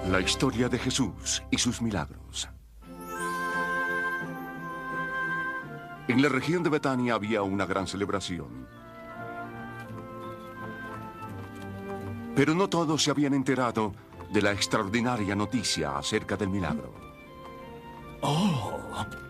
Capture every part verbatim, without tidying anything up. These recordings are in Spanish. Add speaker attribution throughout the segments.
Speaker 1: La historia de Jesús y sus milagros. En la región de Betania había una gran celebración. Pero no todos se habían enterado de la extraordinaria noticia acerca del milagro.
Speaker 2: Oh.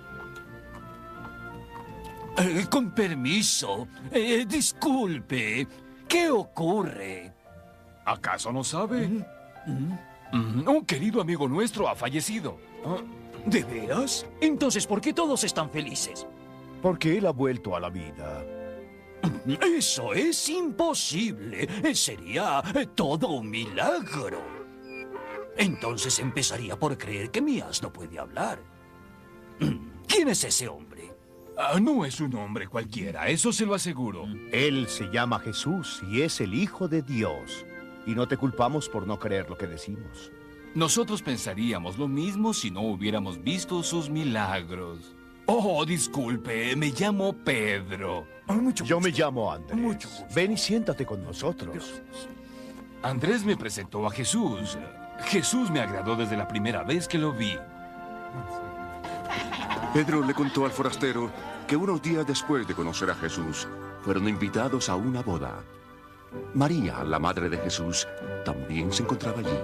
Speaker 2: Eh, con permiso. Eh, disculpe. ¿Qué ocurre?
Speaker 3: ¿Acaso no sabe?
Speaker 2: ¿Mm? ¿Mm?
Speaker 3: Un querido amigo nuestro ha fallecido.
Speaker 2: ¿De veras? Entonces, ¿por qué todos están felices?
Speaker 4: Porque él ha vuelto a la vida.
Speaker 2: Eso es imposible. Sería todo un milagro. Entonces empezaría por creer que mi asno puede hablar. ¿Quién es ese hombre?
Speaker 3: Ah, no es un hombre cualquiera, eso se lo aseguro.
Speaker 4: Él se llama Jesús y es el Hijo de Dios. Y no te culpamos por no creer lo que decimos.
Speaker 3: Nosotros pensaríamos lo mismo si no hubiéramos visto sus milagros. Oh, disculpe, me llamo Pedro.
Speaker 2: Oh, mucho
Speaker 4: Yo
Speaker 2: gusto.
Speaker 4: me llamo Andrés.
Speaker 2: Mucho gusto.
Speaker 4: Ven y siéntate con nosotros.
Speaker 3: Andrés me presentó a Jesús. Jesús me agradó desde la primera vez que lo vi.
Speaker 1: Pedro le contó al forastero que unos días después de conocer a Jesús, fueron invitados a una boda. María, la madre de Jesús, también se encontraba allí.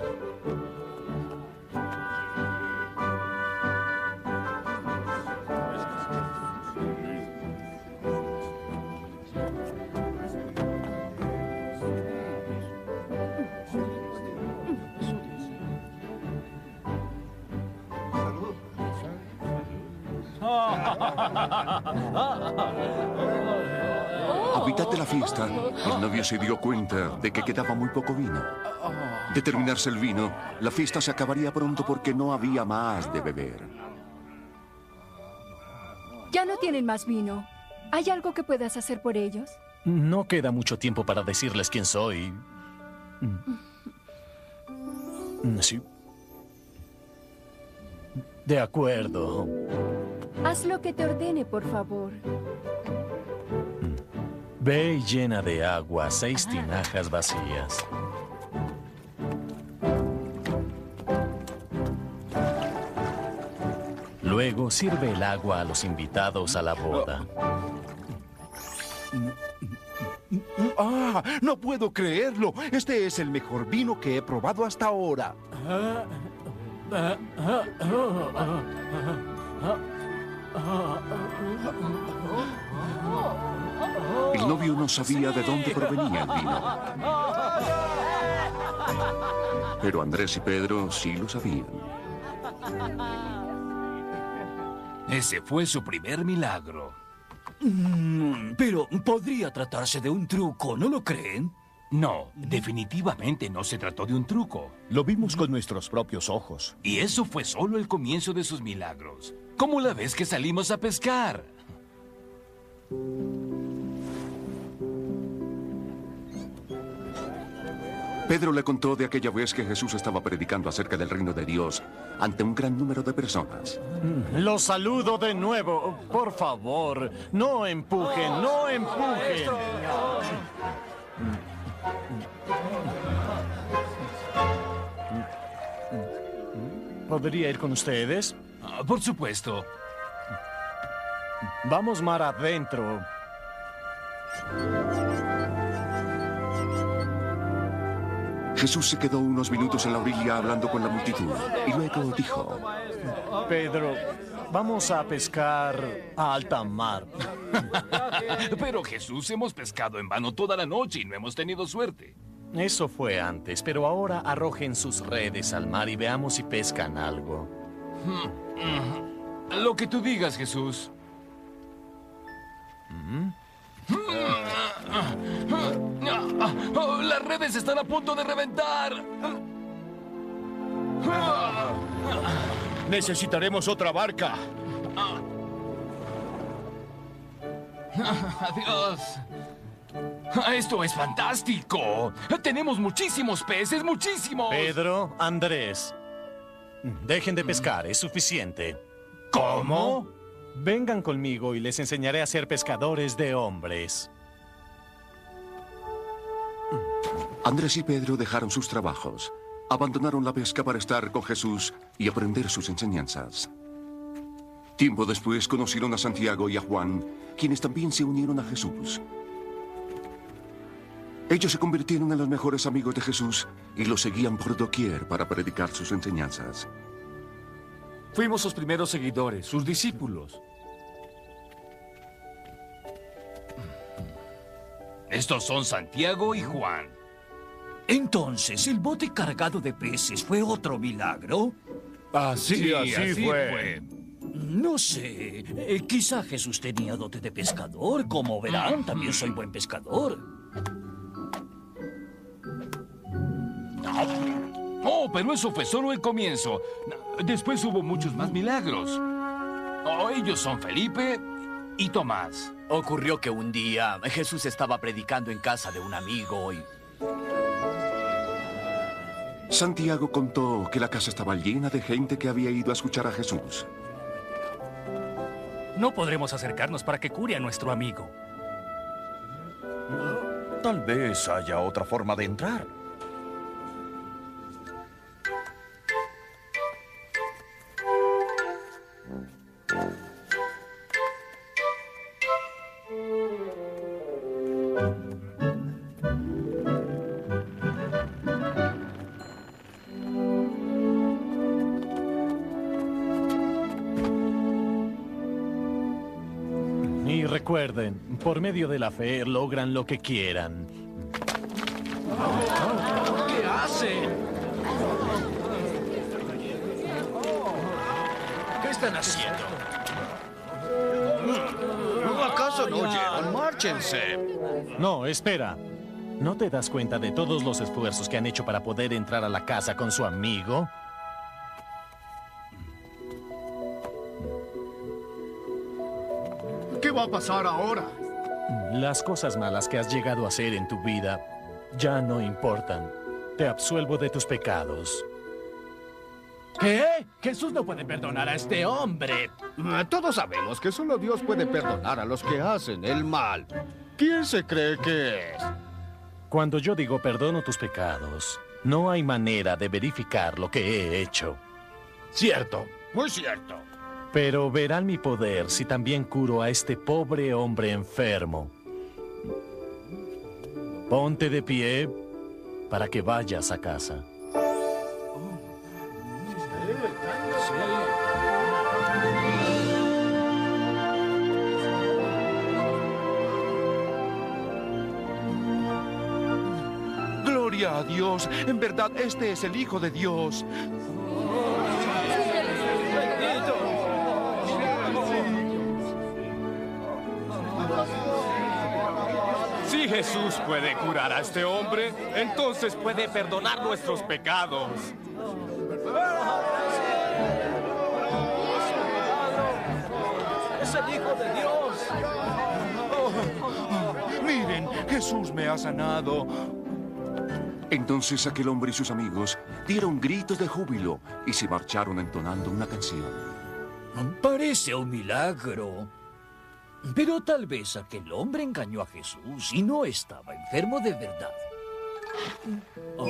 Speaker 1: A mitad de la fiesta, el novio se dio cuenta de que quedaba muy poco vino. De terminarse el vino, la fiesta se acabaría pronto porque no había más de beber.
Speaker 5: Ya no tienen más vino. ¿Hay algo que puedas hacer por ellos?
Speaker 6: No queda mucho tiempo para decirles quién soy. Sí. De acuerdo.
Speaker 5: Haz lo que te ordene, por favor.
Speaker 6: Ve y llena de agua seis tinajas vacías. Luego sirve el agua a los invitados a la boda.
Speaker 4: ¡Ah! ¡No puedo creerlo! Este es el mejor vino que he probado hasta ahora.
Speaker 1: El novio no sabía de dónde provenía el vino. Pero Andrés y Pedro sí lo sabían.
Speaker 3: Ese fue su primer milagro.
Speaker 2: Mm, pero podría tratarse de un truco, ¿no lo creen?
Speaker 3: No, definitivamente no se trató de un truco.
Speaker 4: Lo vimos con nuestros propios ojos.
Speaker 3: Y eso fue solo el comienzo de sus milagros. ¿Cómo la vez que salimos a pescar?
Speaker 1: Pedro le contó de aquella vez que Jesús estaba predicando acerca del reino de Dios ante un gran número de personas.
Speaker 6: Los saludo de nuevo. Por favor, no empujen, no empujen. ¿Podría ir con ustedes?
Speaker 3: Ah, por supuesto.
Speaker 6: Vamos mar adentro.
Speaker 1: Jesús se quedó unos minutos en la orilla hablando con la multitud y luego dijo:
Speaker 6: Pedro, vamos a pescar a alta mar.
Speaker 3: Pero Jesús, hemos pescado en vano toda la noche y no hemos tenido suerte.
Speaker 6: Eso fue antes, pero ahora arrojen sus redes al mar y veamos si pescan algo.
Speaker 3: Lo que tú digas, Jesús. Oh, las redes están a punto de reventar.
Speaker 4: Necesitaremos otra barca.
Speaker 3: Adiós. Esto es fantástico. Tenemos muchísimos peces, muchísimos.
Speaker 6: Pedro, Andrés, dejen de pescar, es suficiente.
Speaker 3: ¿Cómo?
Speaker 6: Vengan conmigo y les enseñaré a ser pescadores de hombres.
Speaker 1: Andrés y Pedro dejaron sus trabajos, abandonaron la pesca para estar con Jesús y aprender sus enseñanzas. Tiempo después conocieron a Santiago y a Juan, quienes también se unieron a Jesús. Ellos se convirtieron en los mejores amigos de Jesús y lo seguían por doquier para predicar sus enseñanzas.
Speaker 7: Fuimos sus primeros seguidores, sus discípulos.
Speaker 3: Estos son Santiago y Juan.
Speaker 2: Entonces, ¿el bote cargado de peces fue otro milagro?
Speaker 6: Así,
Speaker 3: Sí,
Speaker 6: así,
Speaker 3: así
Speaker 6: fue.
Speaker 3: fue.
Speaker 2: No sé. Eh, quizá Jesús tenía dote de pescador. Como verán, también soy buen pescador.
Speaker 3: Oh, pero eso fue solo el comienzo. Después hubo muchos más milagros. Oh, ellos son Felipe y Tomás.
Speaker 8: Ocurrió que un día Jesús estaba predicando en casa de un amigo y...
Speaker 1: Santiago contó que la casa estaba llena de gente que había ido a escuchar a Jesús.
Speaker 9: No podremos acercarnos para que cure a nuestro amigo.
Speaker 10: Tal vez haya otra forma de entrar.
Speaker 6: Y recuerden, por medio de la fe logran lo que quieran.
Speaker 2: ¿Qué hacen? ¿Qué están haciendo?
Speaker 10: ¿Acaso no oyeron? ¡Márchense!
Speaker 6: No, espera. ¿No te das cuenta de todos los esfuerzos que han hecho para poder entrar a la casa con su amigo?
Speaker 11: ¿Qué va a pasar ahora?
Speaker 6: Las cosas malas que has llegado a hacer en tu vida ya no importan. Te absuelvo de tus pecados.
Speaker 12: ¿Qué? Jesús no puede perdonar a este hombre.
Speaker 11: Todos sabemos que solo Dios puede perdonar a los que hacen el mal. ¿Quién se cree que es?
Speaker 6: Cuando yo digo perdono tus pecados, no hay manera de verificar lo que he hecho.
Speaker 11: Cierto, muy cierto.
Speaker 6: Pero verán mi poder si también curo a este pobre hombre enfermo. Ponte de pie para que vayas a casa.
Speaker 4: Gloria a Dios. En verdad, este es el Hijo de Dios.
Speaker 7: Si Jesús puede curar a este hombre, entonces puede perdonar nuestros pecados.
Speaker 2: ¡Es el Hijo de Dios!
Speaker 4: Oh, miren, Jesús me ha sanado.
Speaker 1: Entonces aquel hombre y sus amigos dieron gritos de júbilo y se marcharon entonando una canción.
Speaker 2: Parece un milagro. Pero tal vez aquel hombre engañó a Jesús y no estaba enfermo de verdad.
Speaker 8: Oh,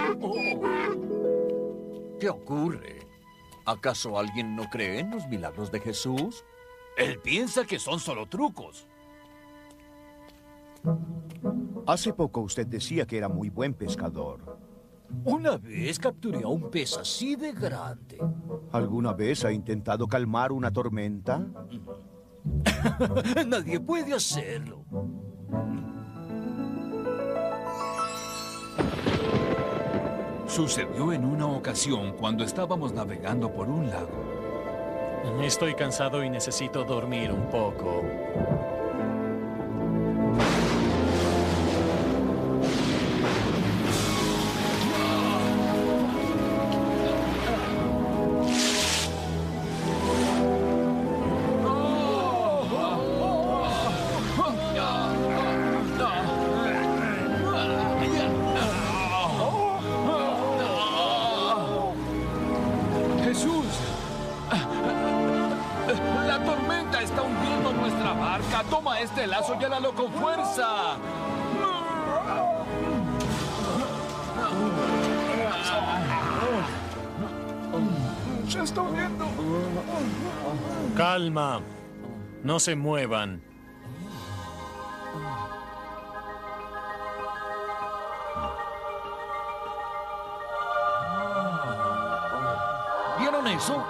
Speaker 8: oh. ¿Qué ocurre? ¿Acaso alguien no cree en los milagros de Jesús?
Speaker 3: Él piensa que son solo trucos.
Speaker 13: Hace poco usted decía que era muy buen pescador.
Speaker 2: Una vez capturé a un pez así de grande.
Speaker 13: ¿Alguna vez ha intentado calmar una tormenta?
Speaker 2: Nadie puede hacerlo.
Speaker 3: Sucedió en una ocasión cuando estábamos navegando por un lago.
Speaker 6: Estoy cansado y necesito dormir un poco.
Speaker 3: ¡Toma este lazo y álalo con fuerza! Se está hundiendo.
Speaker 6: Calma. No se muevan.
Speaker 8: ¿Vieron eso?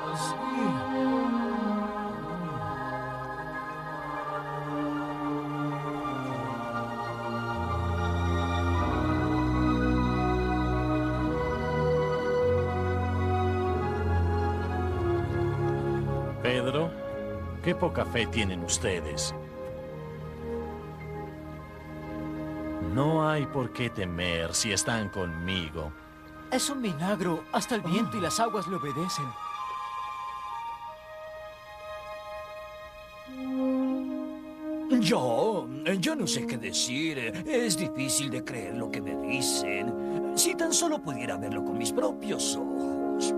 Speaker 6: Pedro, qué poca fe tienen ustedes. No hay por qué temer si están conmigo.
Speaker 14: Es un milagro. Hasta el viento y las aguas le obedecen.
Speaker 2: Yo, yo no sé qué decir. Es difícil de creer lo que me dicen. Si tan solo pudiera verlo con mis propios ojos.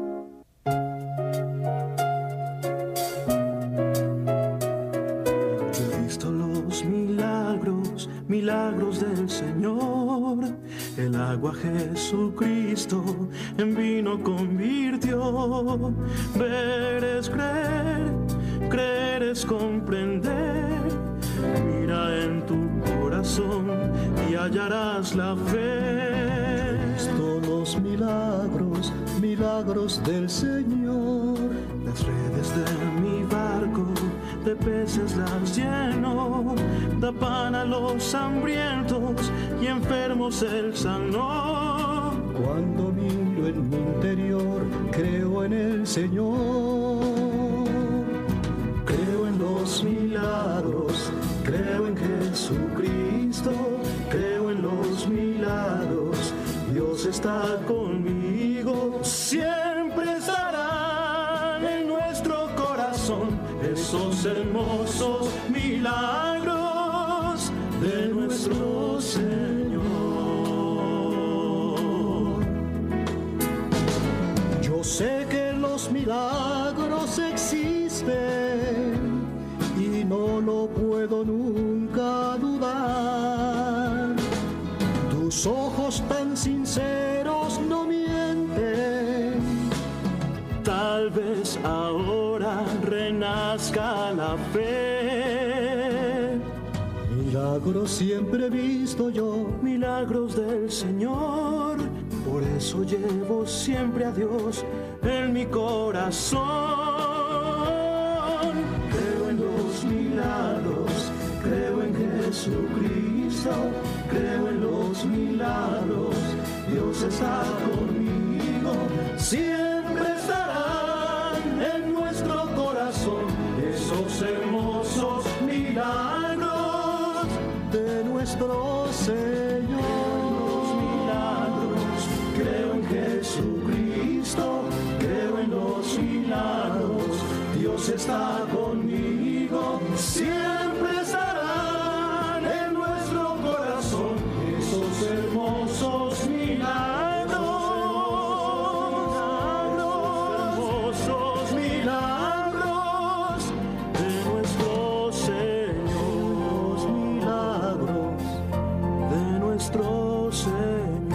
Speaker 15: Yo he visto los milagros, milagros del Señor. El agua Jesucristo en vino convirtió. Ver es creer, creer es comprender. Mira en tu corazón y hallarás la fe.
Speaker 16: He visto los milagros, milagros del Señor.
Speaker 15: Las redes de mi barco de peces las lleno. Da pan a los hambrientos y enfermos él sanó.
Speaker 16: Cuando miro en mi interior, creo en el Señor.
Speaker 15: Creo en los milagros, creo en Jesucristo, creo en los milagros. Dios está conmigo, siempre estarán en nuestro corazón esos hermosos milagros de nuestro Señor.
Speaker 16: Yo sé que los milagros existen y no lo puedo nunca dudar. Tus ojos tan sinceros no mienten.
Speaker 15: Tal vez ahora renazca la fe.
Speaker 16: Milagros siempre he visto yo,
Speaker 15: milagros del Señor. Por eso llevo siempre a Dios en mi corazón. Creo en los milagros, creo en Jesucristo, creo en los milagros. Dios está conmigo, siempre estarán en nuestro corazón esos hermosos milagros
Speaker 16: de nuestro Señor.
Speaker 15: Creo en Jesucristo, creo en los milagros. Dios está conmigo, siempre estarán en nuestro corazón esos hermosos milagros. Hermosos milagros de nuestro Señor.
Speaker 16: Milagros
Speaker 15: de nuestro Señor.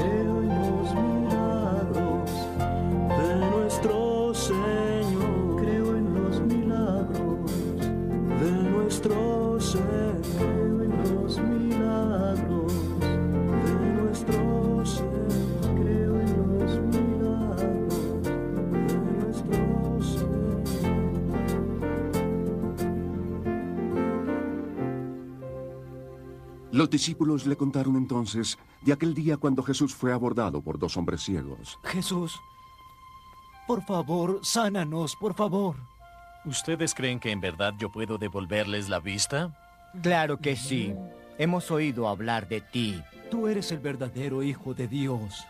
Speaker 16: Señor, creo en los milagros
Speaker 15: de nuestro Señor,
Speaker 16: creo en los milagros
Speaker 15: de nuestro Señor,
Speaker 16: creo en los milagros
Speaker 15: de nuestro Señor.
Speaker 1: Los discípulos le contaron entonces de aquel día cuando Jesús fue abordado por dos hombres ciegos.
Speaker 14: Jesús, por favor, sánanos, por favor.
Speaker 6: ¿Ustedes creen que en verdad yo puedo devolverles la vista?
Speaker 17: Claro que sí. Hemos oído hablar de ti.
Speaker 14: Tú eres el verdadero Hijo de Dios.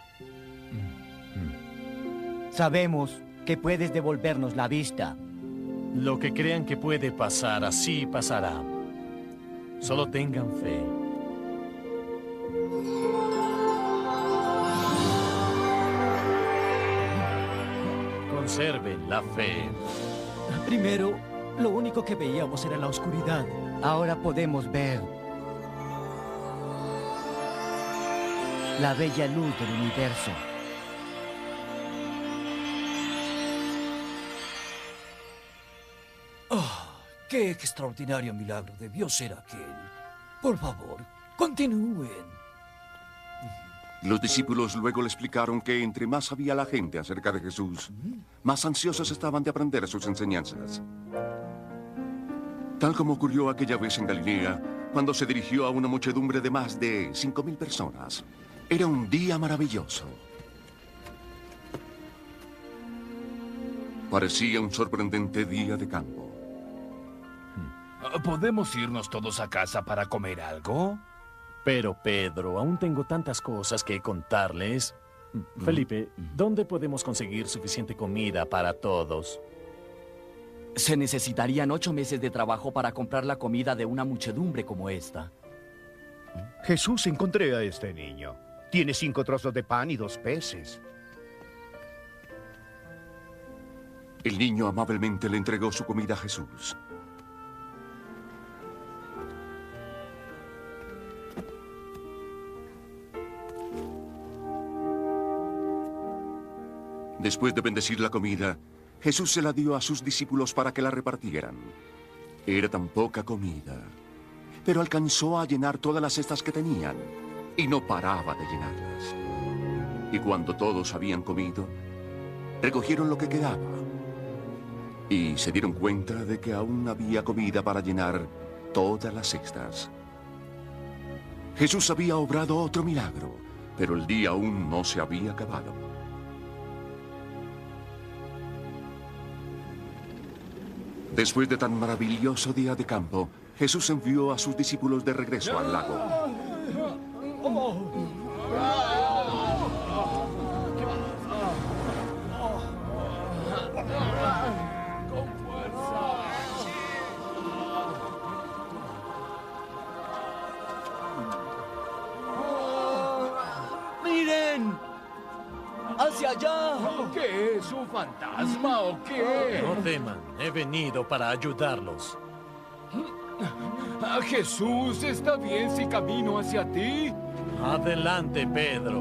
Speaker 17: Sabemos que puedes devolvernos la vista.
Speaker 6: Lo que crean que puede pasar, así pasará. Solo tengan fe. Conserven la fe.
Speaker 14: Primero, lo único que veíamos era la oscuridad.
Speaker 17: Ahora podemos ver la bella luz del universo.
Speaker 2: Oh, ¡qué extraordinario milagro debió ser aquel! Por favor, continúen.
Speaker 1: Los discípulos luego le explicaron que entre más sabía la gente acerca de Jesús, más ansiosos estaban de aprender sus enseñanzas. Tal como ocurrió aquella vez en Galilea, cuando se dirigió a una muchedumbre de más de cinco mil personas. Era un día maravilloso. Parecía un sorprendente día de campo.
Speaker 3: ¿Podemos irnos todos a casa para comer algo?
Speaker 6: Pero, Pedro, aún tengo tantas cosas que contarles. Felipe, ¿dónde podemos conseguir suficiente comida para todos?
Speaker 18: Se necesitarían ocho meses de trabajo para comprar la comida de una muchedumbre como esta.
Speaker 13: Jesús, encontré a este niño. Tiene cinco trozos de pan y dos peces.
Speaker 1: El niño amablemente le entregó su comida a Jesús. Después de bendecir la comida, Jesús se la dio a sus discípulos para que la repartieran. Era tan poca comida, pero alcanzó a llenar todas las cestas que tenían y no paraba de llenarlas. Y cuando todos habían comido, recogieron lo que quedaba y se dieron cuenta de que aún había comida para llenar todas las cestas. Jesús había obrado otro milagro, pero el día aún no se había acabado. Después de tan maravilloso día de campo, Jesús envió a sus discípulos de regreso al lago.
Speaker 18: ¡Miren! ¡Hacia allá!
Speaker 3: ¿Qué es? ¿Un fantasma o qué?
Speaker 6: No teman, he venido para ayudarlos.
Speaker 3: Ah, Jesús, ¿está bien si camino hacia ti?
Speaker 6: Adelante, Pedro.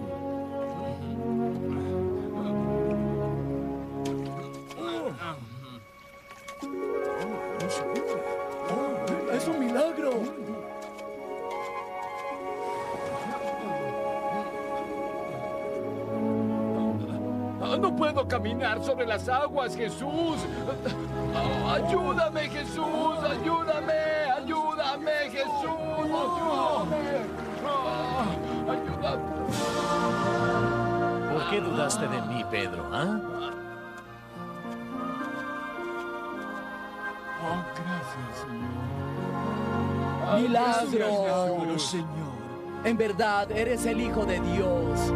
Speaker 2: ¡Es un milagro!
Speaker 3: No puedo caminar sobre las aguas, Jesús. Oh, ayúdame, Jesús. Ayúdame. Ayúdame, Jesús. Ayúdame. Oh, ayúdame.
Speaker 6: ¿Por qué dudaste de mí, Pedro? ¿Ah?
Speaker 3: Oh, gracias, Señor.
Speaker 18: ¡Milagro!
Speaker 2: Gracias, Señor.
Speaker 18: En verdad, eres el Hijo de Dios.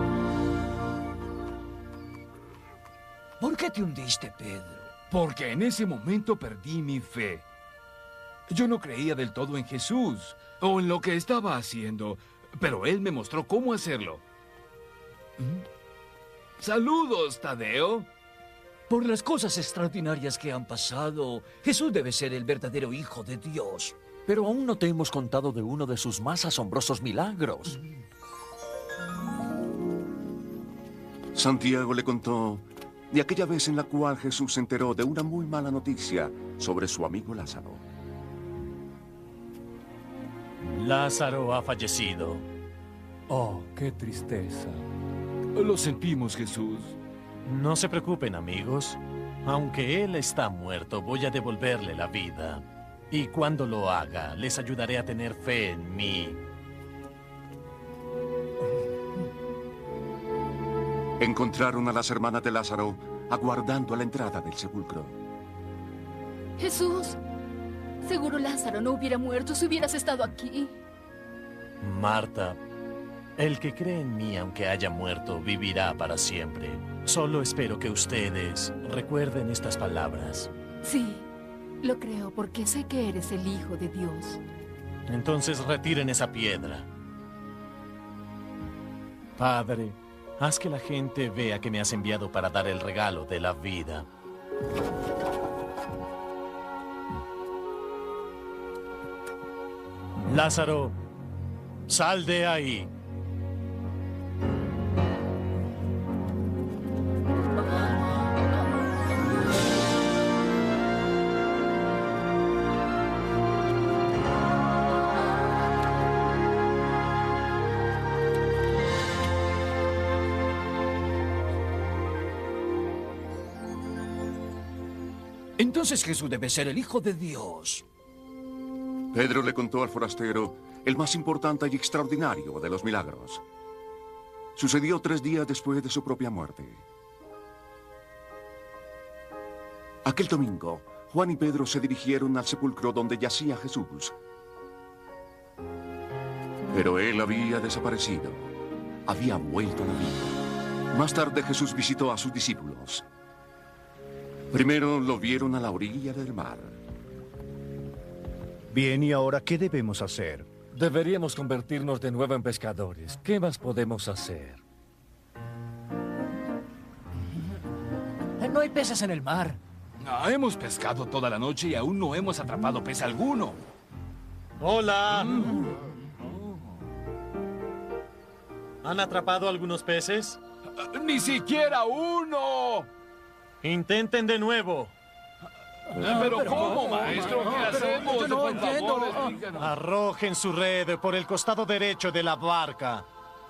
Speaker 2: ¿Por qué te hundiste, Pedro?
Speaker 3: Porque en ese momento perdí mi fe. Yo no creía del todo en Jesús o en lo que estaba haciendo, pero Él me mostró cómo hacerlo. ¿Mm? ¡Saludos, Tadeo!
Speaker 2: Por las cosas extraordinarias que han pasado, Jesús debe ser el verdadero Hijo de Dios.
Speaker 8: Pero aún no te hemos contado de uno de sus más asombrosos milagros.
Speaker 1: Santiago le contó de aquella vez en la cual Jesús se enteró de una muy mala noticia sobre su amigo Lázaro.
Speaker 6: Lázaro ha fallecido.
Speaker 3: Oh, qué tristeza. Lo sentimos, Jesús.
Speaker 6: No se preocupen, amigos. Aunque él está muerto, voy a devolverle la vida. Y cuando lo haga, les ayudaré a tener fe en mí.
Speaker 1: Encontraron a las hermanas de Lázaro aguardando a la entrada del sepulcro.
Speaker 5: Jesús, seguro Lázaro no hubiera muerto si hubieras estado aquí.
Speaker 6: Marta, el que cree en mí, aunque haya muerto, vivirá para siempre. Solo espero que ustedes recuerden estas palabras.
Speaker 5: Sí, lo creo porque sé que eres el Hijo de Dios.
Speaker 6: Entonces retiren esa piedra. Padre, haz que la gente vea que me has enviado para dar el regalo de la vida. Lázaro, sal de ahí.
Speaker 2: Entonces Jesús debe ser el Hijo de Dios.
Speaker 1: Pedro le contó al forastero el más importante y extraordinario de los milagros. Sucedió tres días después de su propia muerte. Aquel domingo, Juan y Pedro se dirigieron al sepulcro donde yacía Jesús. Pero él había desaparecido. Había vuelto a la vida. Más tarde Jesús visitó a sus discípulos. Primero lo vieron a la orilla del mar.
Speaker 13: Bien, ¿y ahora qué debemos hacer?
Speaker 19: Deberíamos convertirnos de nuevo en pescadores. ¿Qué más podemos hacer?
Speaker 12: No hay peces en el mar.
Speaker 3: Ah, hemos pescado toda la noche y aún no hemos atrapado pez alguno.
Speaker 20: Hola. Mm. ¿Han atrapado algunos peces?
Speaker 3: Uh, ¡Ni siquiera uno!
Speaker 20: Intenten de nuevo.
Speaker 3: Ah, ¿Pero, pero cómo, cómo, maestro? ¿Qué hacemos?
Speaker 12: Yo no
Speaker 3: por
Speaker 12: entiendo.
Speaker 3: Favor,
Speaker 20: arrojen su red por el costado derecho de la barca.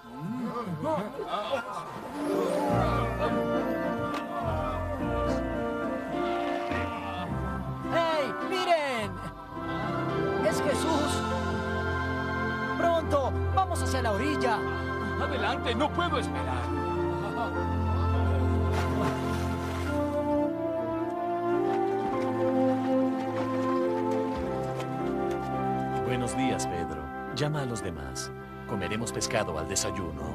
Speaker 12: ¡Hey, miren! ¡Es Jesús! ¡Pronto! ¡Vamos hacia la orilla!
Speaker 3: ¡Adelante! ¡No puedo esperar!
Speaker 6: Buenos días, Pedro. Llama a los demás. Comeremos pescado al desayuno.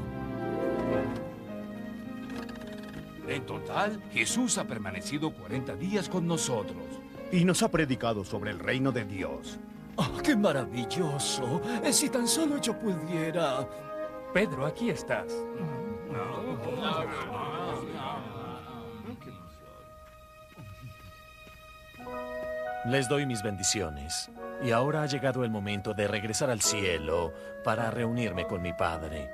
Speaker 3: En total, Jesús ha permanecido cuarenta días con nosotros.
Speaker 13: Y nos ha predicado sobre el reino de Dios.
Speaker 2: ¡Oh, qué maravilloso! Si tan solo yo pudiera...
Speaker 9: Pedro, aquí estás.
Speaker 6: Les doy mis bendiciones. Y ahora ha llegado el momento de regresar al cielo para reunirme con mi Padre.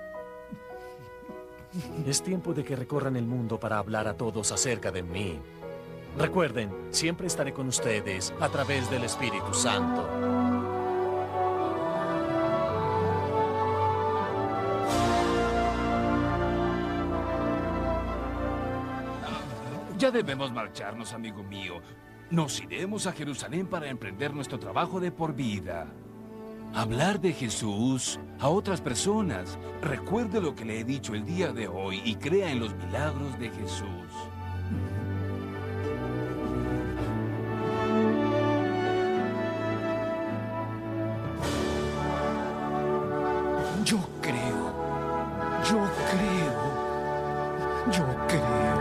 Speaker 6: Es tiempo de que recorran el mundo para hablar a todos acerca de mí. Recuerden, siempre estaré con ustedes a través del Espíritu Santo.
Speaker 3: Ya debemos marcharnos, amigo mío. Nos iremos a Jerusalén para emprender nuestro trabajo de por vida. Hablar de Jesús a otras personas. Recuerde lo que le he dicho el día de hoy y crea en los milagros de Jesús.
Speaker 2: Yo creo. Yo creo. Yo creo.